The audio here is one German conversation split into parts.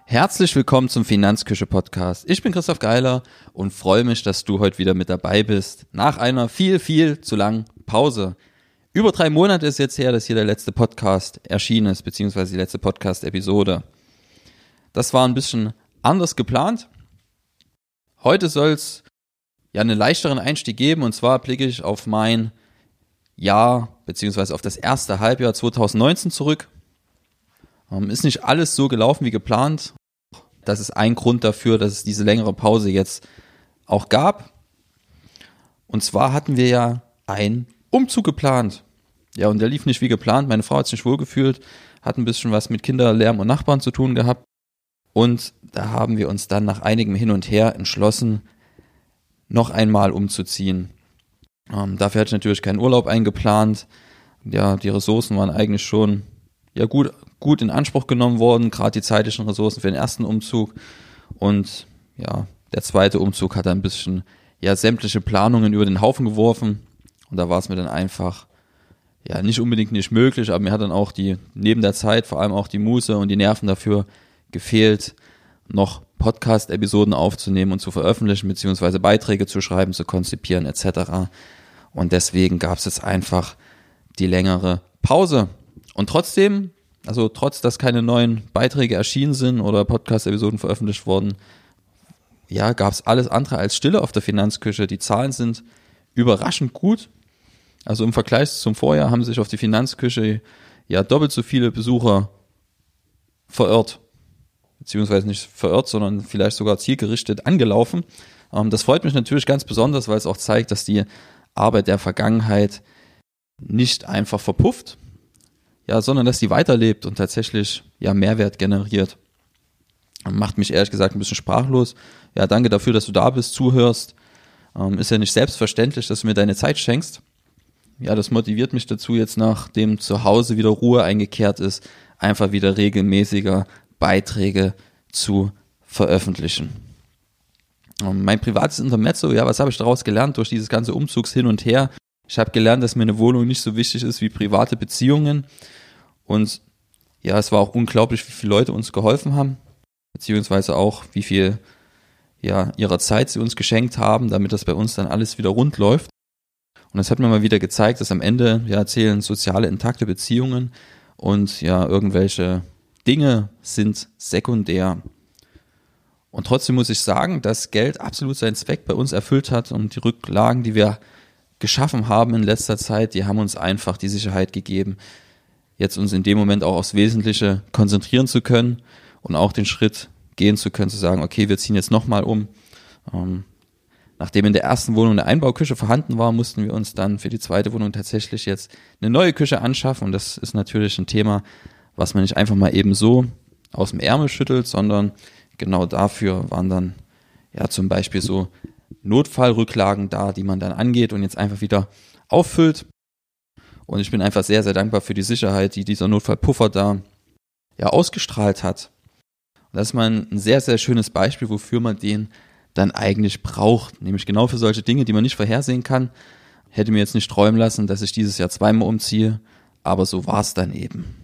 Herzlich willkommen zum Finanzküche-Podcast. Ich bin Christoph Geiler und freue mich, dass du heute wieder mit dabei bist. Nach einer viel zu langen Pause. Über 3 Monate ist jetzt her, dass hier der letzte Podcast erschienen ist, beziehungsweise die letzte Podcast-Episode. Das war ein bisschen anders geplant. Heute soll es ja einen leichteren Einstieg geben, und zwar blicke ich auf mein Jahr, beziehungsweise auf das erste Halbjahr 2019 zurück. Ist nicht alles so gelaufen wie geplant. Das ist ein Grund dafür, dass es diese längere Pause jetzt auch gab. Und zwar hatten wir ja einen Umzug geplant. Ja, und der lief nicht wie geplant. Meine Frau hat sich nicht wohlgefühlt, hat ein bisschen was mit Kinderlärm und Nachbarn zu tun gehabt. Und da haben wir uns dann nach einigem Hin und Her entschlossen, noch einmal umzuziehen. Dafür hatte ich natürlich keinen Urlaub eingeplant. Ja, die Ressourcen waren eigentlich schon gut in Anspruch genommen worden, gerade die zeitlichen Ressourcen für den ersten Umzug. Und ja, der zweite Umzug hat ein bisschen sämtliche Planungen über den Haufen geworfen. Und da war es mir dann einfach nicht unbedingt nicht möglich, aber mir hat dann auch neben der Zeit vor allem auch die Muße und die Nerven dafür gefehlt, noch Podcast-Episoden aufzunehmen und zu veröffentlichen, beziehungsweise Beiträge zu schreiben, zu konzipieren etc. Und deswegen gab es jetzt einfach die längere Pause. Und trotzdem, also trotz, dass keine neuen Beiträge erschienen sind oder Podcast-Episoden veröffentlicht wurden, gab es alles andere als Stille auf der Finanzküche. Die Zahlen sind überraschend gut. Also im Vergleich zum Vorjahr haben sich auf die Finanzküche doppelt so viele Besucher verirrt. Beziehungsweise nicht verirrt, sondern vielleicht sogar zielgerichtet angelaufen. Das freut mich natürlich ganz besonders, weil es auch zeigt, dass die Arbeit der Vergangenheit nicht einfach verpufft, sondern dass die weiterlebt und tatsächlich Mehrwert generiert. Macht mich ehrlich gesagt ein bisschen sprachlos. Ja, danke dafür, dass du da bist, zuhörst. Ist ja nicht selbstverständlich, dass du mir deine Zeit schenkst. Ja, das motiviert mich dazu, jetzt nachdem zu Hause wieder Ruhe eingekehrt ist, einfach wieder regelmäßiger Beiträge zu veröffentlichen. Mein privates Intermezzo, was habe ich daraus gelernt durch dieses ganze Umzugs hin und her? Ich habe gelernt, dass mir eine Wohnung nicht so wichtig ist wie private Beziehungen. Und es war auch unglaublich, wie viele Leute uns geholfen haben, beziehungsweise auch, wie viel ihrer Zeit sie uns geschenkt haben, damit das bei uns dann alles wieder rund läuft. Und das hat mir mal wieder gezeigt, dass am Ende zählen soziale, intakte Beziehungen und irgendwelche Dinge sind sekundär. Und trotzdem muss ich sagen, dass Geld absolut seinen Zweck bei uns erfüllt hat und die Rücklagen, die wir geschaffen haben in letzter Zeit, die haben uns einfach die Sicherheit gegeben, jetzt uns in dem Moment auch aufs Wesentliche konzentrieren zu können und auch den Schritt gehen zu können, zu sagen, okay, wir ziehen jetzt nochmal um. Nachdem in der ersten Wohnung eine Einbauküche vorhanden war, mussten wir uns dann für die zweite Wohnung tatsächlich jetzt eine neue Küche anschaffen. Und das ist natürlich ein Thema, was man nicht einfach mal eben so aus dem Ärmel schüttelt, sondern genau dafür waren dann zum Beispiel so Notfallrücklagen da, die man dann angeht und jetzt einfach wieder auffüllt. Und ich bin einfach sehr, sehr dankbar für die Sicherheit, die dieser Notfallpuffer da ausgestrahlt hat. Und das ist mal ein sehr, sehr schönes Beispiel, wofür man den dann eigentlich braucht. Nämlich genau für solche Dinge, die man nicht vorhersehen kann. Hätte mir jetzt nicht träumen lassen, dass ich dieses Jahr 2-mal umziehe, aber so war es dann eben.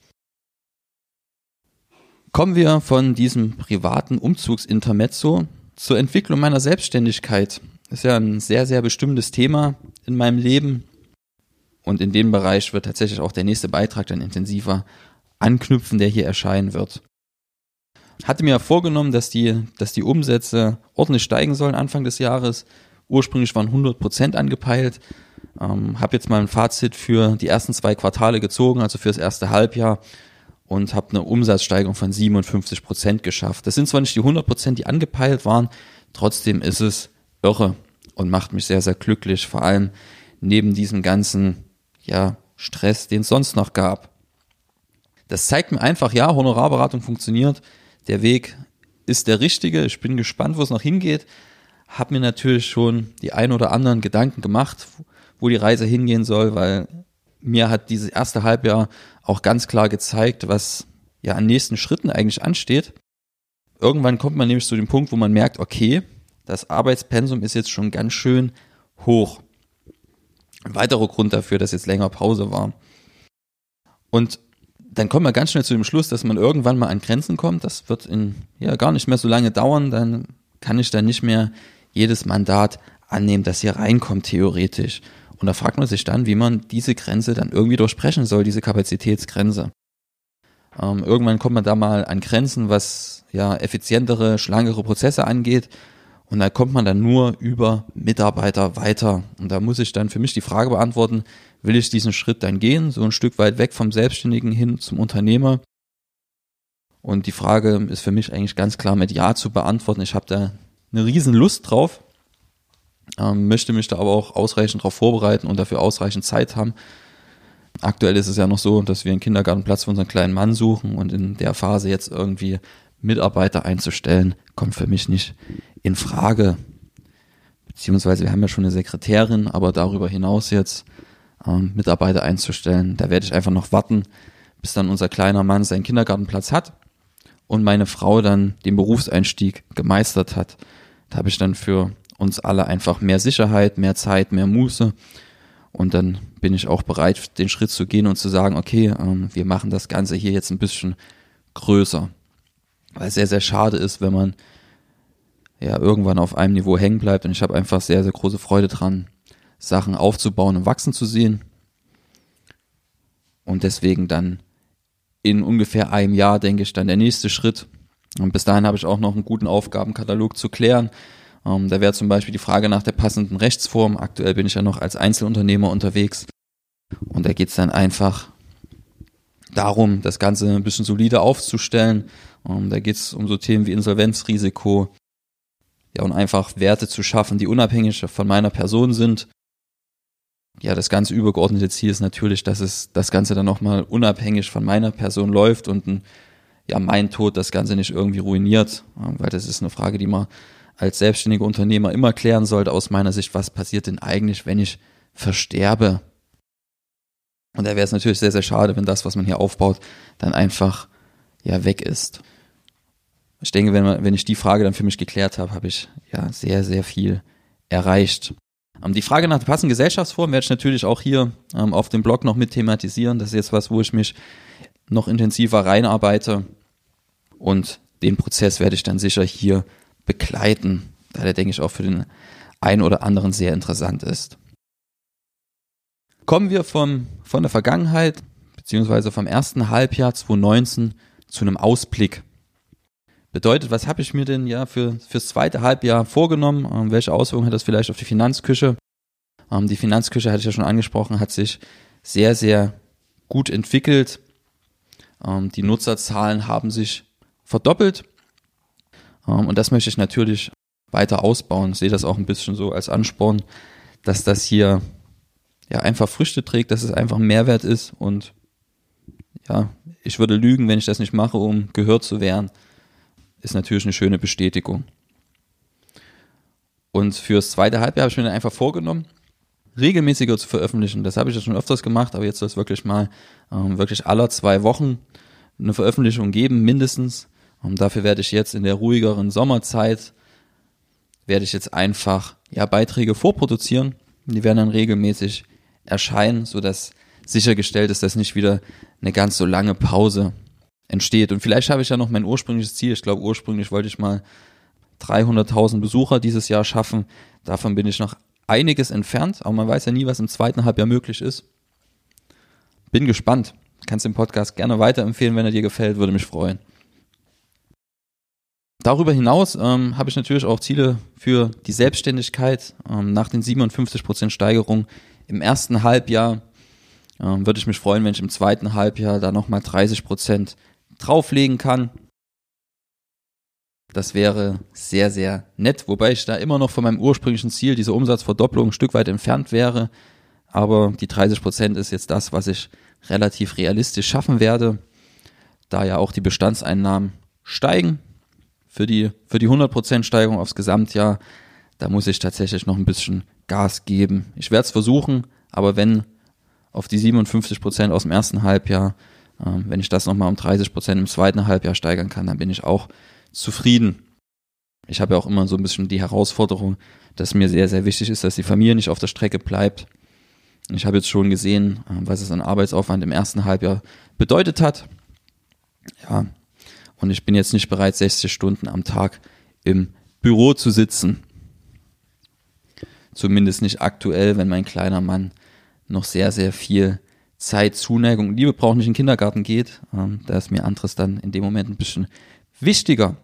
Kommen wir von diesem privaten Umzugsintermezzo zur Entwicklung meiner Selbstständigkeit. Das ist ja ein sehr, sehr bestimmendes Thema in meinem Leben. Und in dem Bereich wird tatsächlich auch der nächste Beitrag dann intensiver anknüpfen, der hier erscheinen wird. Hatte mir vorgenommen, dass die Umsätze ordentlich steigen sollen Anfang des Jahres. Ursprünglich waren 100% angepeilt. Habe jetzt mal ein Fazit für die ersten 2 Quartale gezogen, also für das erste Halbjahr. Und habe eine Umsatzsteigerung von 57% geschafft. Das sind zwar nicht die 100%, die angepeilt waren, trotzdem ist es irre und macht mich sehr, sehr glücklich, vor allem neben diesem ganzen Stress, den es sonst noch gab. Das zeigt mir einfach, Honorarberatung funktioniert, der Weg ist der richtige, ich bin gespannt, wo es noch hingeht, habe mir natürlich schon die ein oder anderen Gedanken gemacht, wo die Reise hingehen soll, weil mir hat dieses erste Halbjahr auch ganz klar gezeigt, was an nächsten Schritten eigentlich ansteht. Irgendwann kommt man nämlich zu dem Punkt, wo man merkt, okay, das Arbeitspensum ist jetzt schon ganz schön hoch. Ein weiterer Grund dafür, dass jetzt länger Pause war. Und dann kommt man ganz schnell zu dem Schluss, dass man irgendwann mal an Grenzen kommt. Das wird gar nicht mehr so lange dauern. Dann kann ich dann nicht mehr jedes Mandat annehmen, das hier reinkommt, theoretisch. Und da fragt man sich dann, wie man diese Grenze dann irgendwie durchbrechen soll, diese Kapazitätsgrenze. Irgendwann kommt man da mal an Grenzen, was effizientere, schlankere Prozesse angeht. Und da kommt man dann nur über Mitarbeiter weiter. Und da muss ich dann für mich die Frage beantworten, will ich diesen Schritt dann gehen, so ein Stück weit weg vom Selbstständigen hin zum Unternehmer? Und die Frage ist für mich eigentlich ganz klar mit Ja zu beantworten. Ich habe da eine riesen Lust drauf, möchte mich da aber auch ausreichend darauf vorbereiten und dafür ausreichend Zeit haben. Aktuell ist es ja noch so, dass wir einen Kindergartenplatz für unseren kleinen Mann suchen und in der Phase jetzt irgendwie Mitarbeiter einzustellen, kommt für mich nicht in Frage. Beziehungsweise wir haben ja schon eine Sekretärin, aber darüber hinaus jetzt Mitarbeiter einzustellen, da werde ich einfach noch warten, bis dann unser kleiner Mann seinen Kindergartenplatz hat und meine Frau dann den Berufseinstieg gemeistert hat. Da habe ich dann für uns alle einfach mehr Sicherheit, mehr Zeit, mehr Muße. Und dann bin ich auch bereit, den Schritt zu gehen und zu sagen, okay, wir machen das Ganze hier jetzt ein bisschen größer. Weil es sehr, sehr schade ist, wenn man irgendwann auf einem Niveau hängen bleibt. Und ich habe einfach sehr, sehr große Freude dran, Sachen aufzubauen und wachsen zu sehen. Und deswegen dann in ungefähr einem Jahr, denke ich, dann der nächste Schritt. Und bis dahin habe ich auch noch einen guten Aufgabenkatalog zu klären. Da wäre zum Beispiel die Frage nach der passenden Rechtsform. Aktuell bin ich ja noch als Einzelunternehmer unterwegs. Und da geht es dann einfach darum, das Ganze ein bisschen solide aufzustellen. Da geht es um so Themen wie Insolvenzrisiko. Und einfach Werte zu schaffen, die unabhängig von meiner Person sind. Das ganze übergeordnete Ziel ist natürlich, dass das Ganze dann nochmal unabhängig von meiner Person läuft und mein Tod das Ganze nicht irgendwie ruiniert. Weil das ist eine Frage, die man als selbstständiger Unternehmer immer klären sollte aus meiner Sicht, was passiert denn eigentlich, wenn ich versterbe? Und da wäre es natürlich sehr, sehr schade, wenn das, was man hier aufbaut, dann einfach weg ist. Ich denke, wenn ich die Frage dann für mich geklärt habe, habe ich sehr, sehr viel erreicht. Die Frage nach der passenden Gesellschaftsform werde ich natürlich auch hier auf dem Blog noch mit thematisieren. Das ist jetzt was, wo ich mich noch intensiver reinarbeite und den Prozess werde ich dann sicher hier begleiten, da der, denke ich, auch für den einen oder anderen sehr interessant ist. Kommen wir von der Vergangenheit, beziehungsweise vom ersten Halbjahr 2019 zu einem Ausblick. Bedeutet, was habe ich mir denn fürs zweite Halbjahr vorgenommen? Welche Auswirkungen hat das vielleicht auf die Finanzküche? Die Finanzküche, hatte ich ja schon angesprochen, hat sich sehr, sehr gut entwickelt. Die Nutzerzahlen haben sich verdoppelt. Und das möchte ich natürlich weiter ausbauen. Ich sehe das auch ein bisschen so als Ansporn, dass das hier einfach Früchte trägt, dass es einfach ein Mehrwert ist. Und ich würde lügen, wenn ich das nicht mache, um gehört zu werden. Ist natürlich eine schöne Bestätigung. Und fürs zweite Halbjahr habe ich mir dann einfach vorgenommen, regelmäßiger zu veröffentlichen. Das habe ich ja schon öfters gemacht, aber jetzt soll es wirklich mal wirklich alle 2 Wochen eine Veröffentlichung geben, mindestens. Und dafür werde ich jetzt in der ruhigeren Sommerzeit, einfach Beiträge vorproduzieren. Die werden dann regelmäßig erscheinen, sodass sichergestellt ist, dass nicht wieder eine ganz so lange Pause entsteht. Und vielleicht habe ich ja noch mein ursprüngliches Ziel. Ich glaube, ursprünglich wollte ich mal 300.000 Besucher dieses Jahr schaffen. Davon bin ich noch einiges entfernt, aber man weiß ja nie, was im zweiten Halbjahr möglich ist. Bin gespannt. Kannst den Podcast gerne weiterempfehlen, wenn er dir gefällt, würde mich freuen. Darüber hinaus habe ich natürlich auch Ziele für die Selbstständigkeit. Nach den 57% Steigerung im ersten Halbjahr würde ich mich freuen, wenn ich im zweiten Halbjahr da nochmal 30% drauflegen kann. Das wäre sehr, sehr nett, wobei ich da immer noch von meinem ursprünglichen Ziel, diese Umsatzverdopplung, ein Stück weit entfernt wäre. Aber die 30% ist jetzt das, was ich relativ realistisch schaffen werde, da ja auch die Bestandseinnahmen steigen. Für die 100% Steigerung aufs Gesamtjahr, da muss ich tatsächlich noch ein bisschen Gas geben. Ich werde es versuchen, aber wenn auf die 57% aus dem ersten Halbjahr, wenn ich das nochmal um 30% im zweiten Halbjahr steigern kann, dann bin ich auch zufrieden. Ich habe ja auch immer so ein bisschen die Herausforderung, dass mir sehr, sehr wichtig ist, dass die Familie nicht auf der Strecke bleibt. Ich habe jetzt schon gesehen, was es an Arbeitsaufwand im ersten Halbjahr bedeutet hat. Ja, und ich bin jetzt nicht bereit, 60 Stunden am Tag im Büro zu sitzen. Zumindest nicht aktuell, wenn mein kleiner Mann noch sehr, sehr viel Zeit, Zuneigung und Liebe braucht, nicht in den Kindergarten geht. Da ist mir anderes dann in dem Moment ein bisschen wichtiger.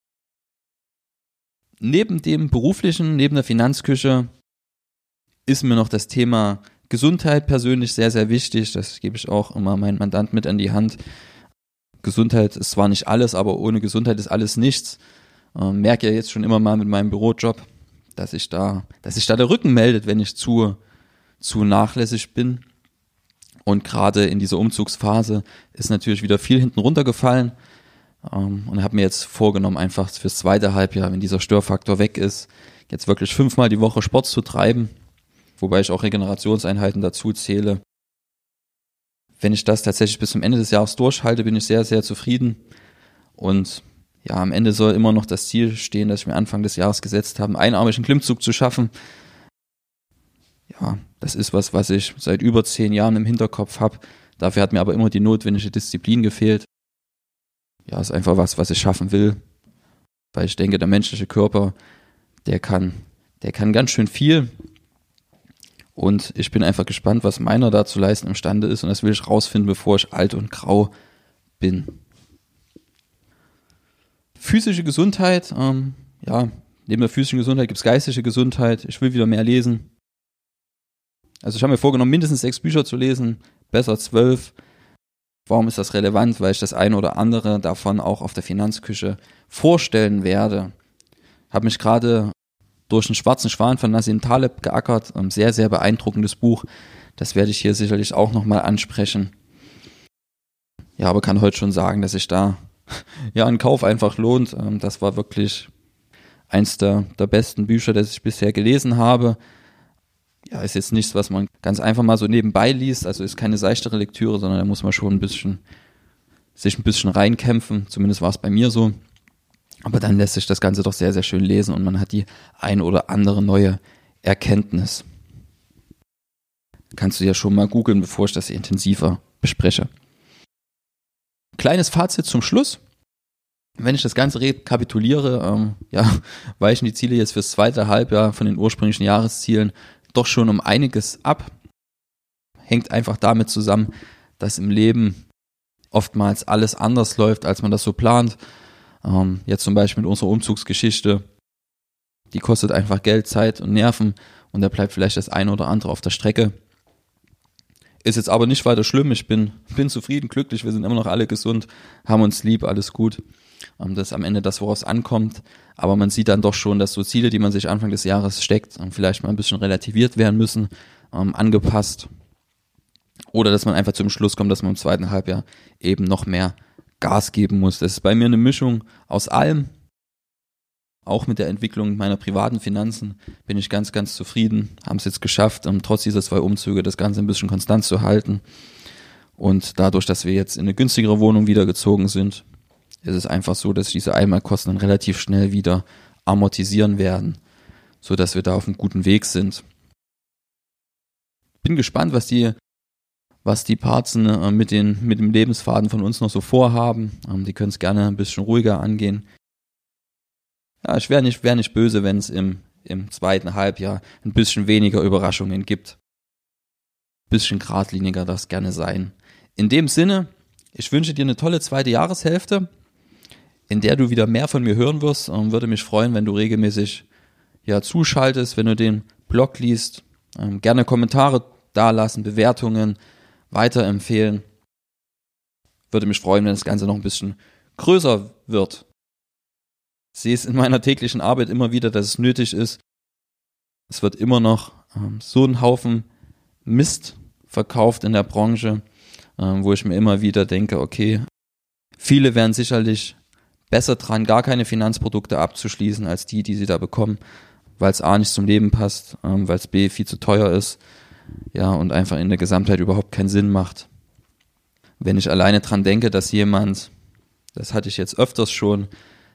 Neben dem beruflichen, neben der Finanzküche ist mir noch das Thema Gesundheit persönlich sehr, sehr wichtig. Das gebe ich auch immer meinem Mandant mit an die Hand. Gesundheit ist zwar nicht alles, aber ohne Gesundheit ist alles nichts. Merke ja jetzt schon immer mal mit meinem Bürojob, dass sich da der Rücken meldet, wenn ich zu nachlässig bin. Und gerade in dieser Umzugsphase ist natürlich wieder viel hinten runtergefallen. Und habe mir jetzt vorgenommen, einfach fürs zweite Halbjahr, wenn dieser Störfaktor weg ist, jetzt wirklich 5-mal die Woche Sport zu treiben, wobei ich auch Regenerationseinheiten dazu zähle. Wenn ich das tatsächlich bis zum Ende des Jahres durchhalte, bin ich sehr, sehr zufrieden. Und ja, am Ende soll immer noch das Ziel stehen, das ich mir Anfang des Jahres gesetzt habe, einen einarmigen Klimmzug zu schaffen. Ja, das ist was ich seit über 10 Jahren im Hinterkopf habe. Dafür hat mir aber immer die notwendige Disziplin gefehlt. Ja, ist einfach was ich schaffen will, weil ich denke, der menschliche Körper, der kann ganz schön viel und ich bin einfach gespannt, was meiner da zu leisten imstande ist und das will ich rausfinden, bevor ich alt und grau bin. Physische Gesundheit, neben der physischen Gesundheit gibt es geistige Gesundheit. Ich will wieder mehr lesen. Also ich habe mir vorgenommen, mindestens 6 Bücher zu lesen, besser 12. Warum ist das relevant? Weil ich das eine oder andere davon auch auf der Finanzküche vorstellen werde. Habe mich gerade durch den Schwarzen Schwan von Nassim Taleb geackert. Ein sehr, sehr beeindruckendes Buch. Das werde ich hier sicherlich auch nochmal ansprechen. Ja, aber kann heute schon sagen, dass sich da ein Kauf einfach lohnt. Das war wirklich eins der besten Bücher, das ich bisher gelesen habe. Ja, ist jetzt nichts, was man ganz einfach mal so nebenbei liest, also ist keine seichtere Lektüre, sondern da muss man schon sich ein bisschen reinkämpfen, zumindest war es bei mir so. Aber dann lässt sich das Ganze doch sehr, sehr schön lesen und man hat die ein oder andere neue Erkenntnis. Kannst du ja schon mal googeln, bevor ich das intensiver bespreche. Kleines Fazit zum Schluss. Wenn ich das Ganze rekapituliere, weichen die Ziele jetzt fürs zweite Halbjahr von den ursprünglichen Jahreszielen doch schon um einiges ab. Hängt einfach damit zusammen, dass im Leben oftmals alles anders läuft, als man das so plant. Jetzt zum Beispiel mit unserer Umzugsgeschichte. Die kostet einfach Geld, Zeit und Nerven und da bleibt vielleicht das eine oder andere auf der Strecke. Ist jetzt aber nicht weiter schlimm. Ich bin zufrieden, glücklich. Wir sind immer noch alle gesund, haben uns lieb, alles gut. Das ist am Ende das, worauf es ankommt. Aber man sieht dann doch schon, dass so Ziele, die man sich Anfang des Jahres steckt, vielleicht mal ein bisschen relativiert werden müssen, angepasst. Oder dass man einfach zum Schluss kommt, dass man im zweiten Halbjahr eben noch mehr Gas geben muss. Das ist bei mir eine Mischung aus allem. Auch mit der Entwicklung meiner privaten Finanzen bin ich ganz, ganz zufrieden. Haben es jetzt geschafft, trotz dieser 2 Umzüge das Ganze ein bisschen konstant zu halten. Und dadurch, dass wir jetzt in eine günstigere Wohnung wieder gezogen sind, ist es einfach so, dass diese Einmalkosten dann relativ schnell wieder amortisieren werden, sodass wir da auf einem guten Weg sind. Bin gespannt, was die Parzen mit dem Lebensfaden von uns noch so vorhaben. Die können es gerne ein bisschen ruhiger angehen. Ja, ich wäre nicht böse, wenn es im zweiten Halbjahr ein bisschen weniger Überraschungen gibt. Ein bisschen geradliniger darf es gerne sein. In dem Sinne, ich wünsche dir eine tolle zweite Jahreshälfte, in der du wieder mehr von mir hören wirst. Würde mich freuen, wenn du regelmäßig zuschaltest, wenn du den Blog liest. Gerne Kommentare dalassen, Bewertungen weiterempfehlen. Würde mich freuen, wenn das Ganze noch ein bisschen größer wird. Ich sehe es in meiner täglichen Arbeit immer wieder, dass es nötig ist. Es wird immer noch so ein Haufen Mist verkauft in der Branche, wo ich mir immer wieder denke, okay, viele wären sicherlich besser dran, gar keine Finanzprodukte abzuschließen, als die sie da bekommen, weil es A nicht zum Leben passt, weil es B viel zu teuer ist, und einfach in der Gesamtheit überhaupt keinen Sinn macht. Wenn ich alleine dran denke, dass jemand, das hatte ich jetzt öfters schon,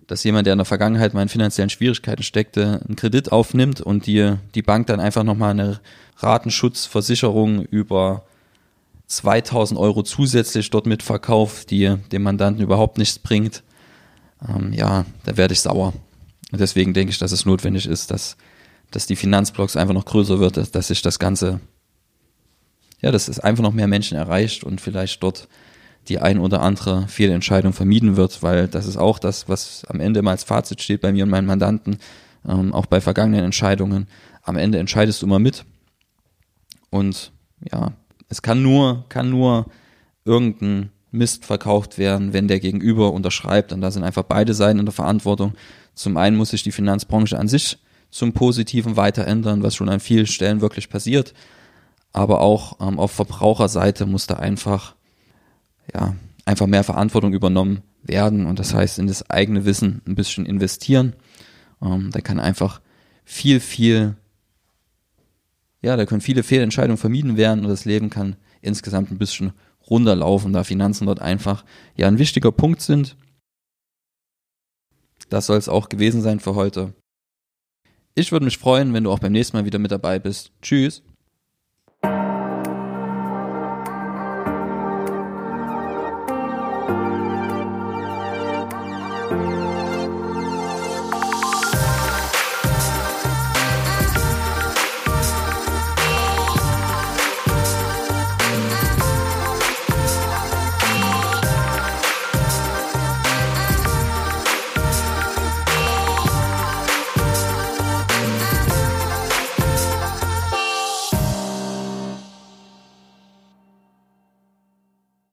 dass jemand, der in der Vergangenheit mal in finanziellen Schwierigkeiten steckte, einen Kredit aufnimmt und die Bank dann einfach nochmal eine Ratenschutzversicherung über 2.000 Euro zusätzlich dort mitverkauft, die dem Mandanten überhaupt nichts bringt, da werde ich sauer. Und deswegen denke ich, dass es notwendig ist, dass die Finanzblocks einfach noch größer wird, dass sich das Ganze, dass es einfach noch mehr Menschen erreicht und vielleicht dort die ein oder andere Fehlentscheidung vermieden wird, weil das ist auch das, was am Ende immer als Fazit steht bei mir und meinen Mandanten, auch bei vergangenen Entscheidungen. Am Ende entscheidest du immer mit und es kann nur irgendein Mist verkauft werden, wenn der Gegenüber unterschreibt, und da sind einfach beide Seiten in der Verantwortung. Zum einen muss sich die Finanzbranche an sich zum Positiven weiter ändern, was schon an vielen Stellen wirklich passiert, aber auch auf Verbraucherseite muss da einfach mehr Verantwortung übernommen werden, und das heißt in das eigene Wissen ein bisschen investieren. Da kann einfach da können viele Fehlentscheidungen vermieden werden und das Leben kann insgesamt ein bisschen runterlaufen, da Finanzen dort einfach ein wichtiger Punkt sind. Das soll es auch gewesen sein für heute. Ich würde mich freuen, wenn du auch beim nächsten Mal wieder mit dabei bist. Tschüss.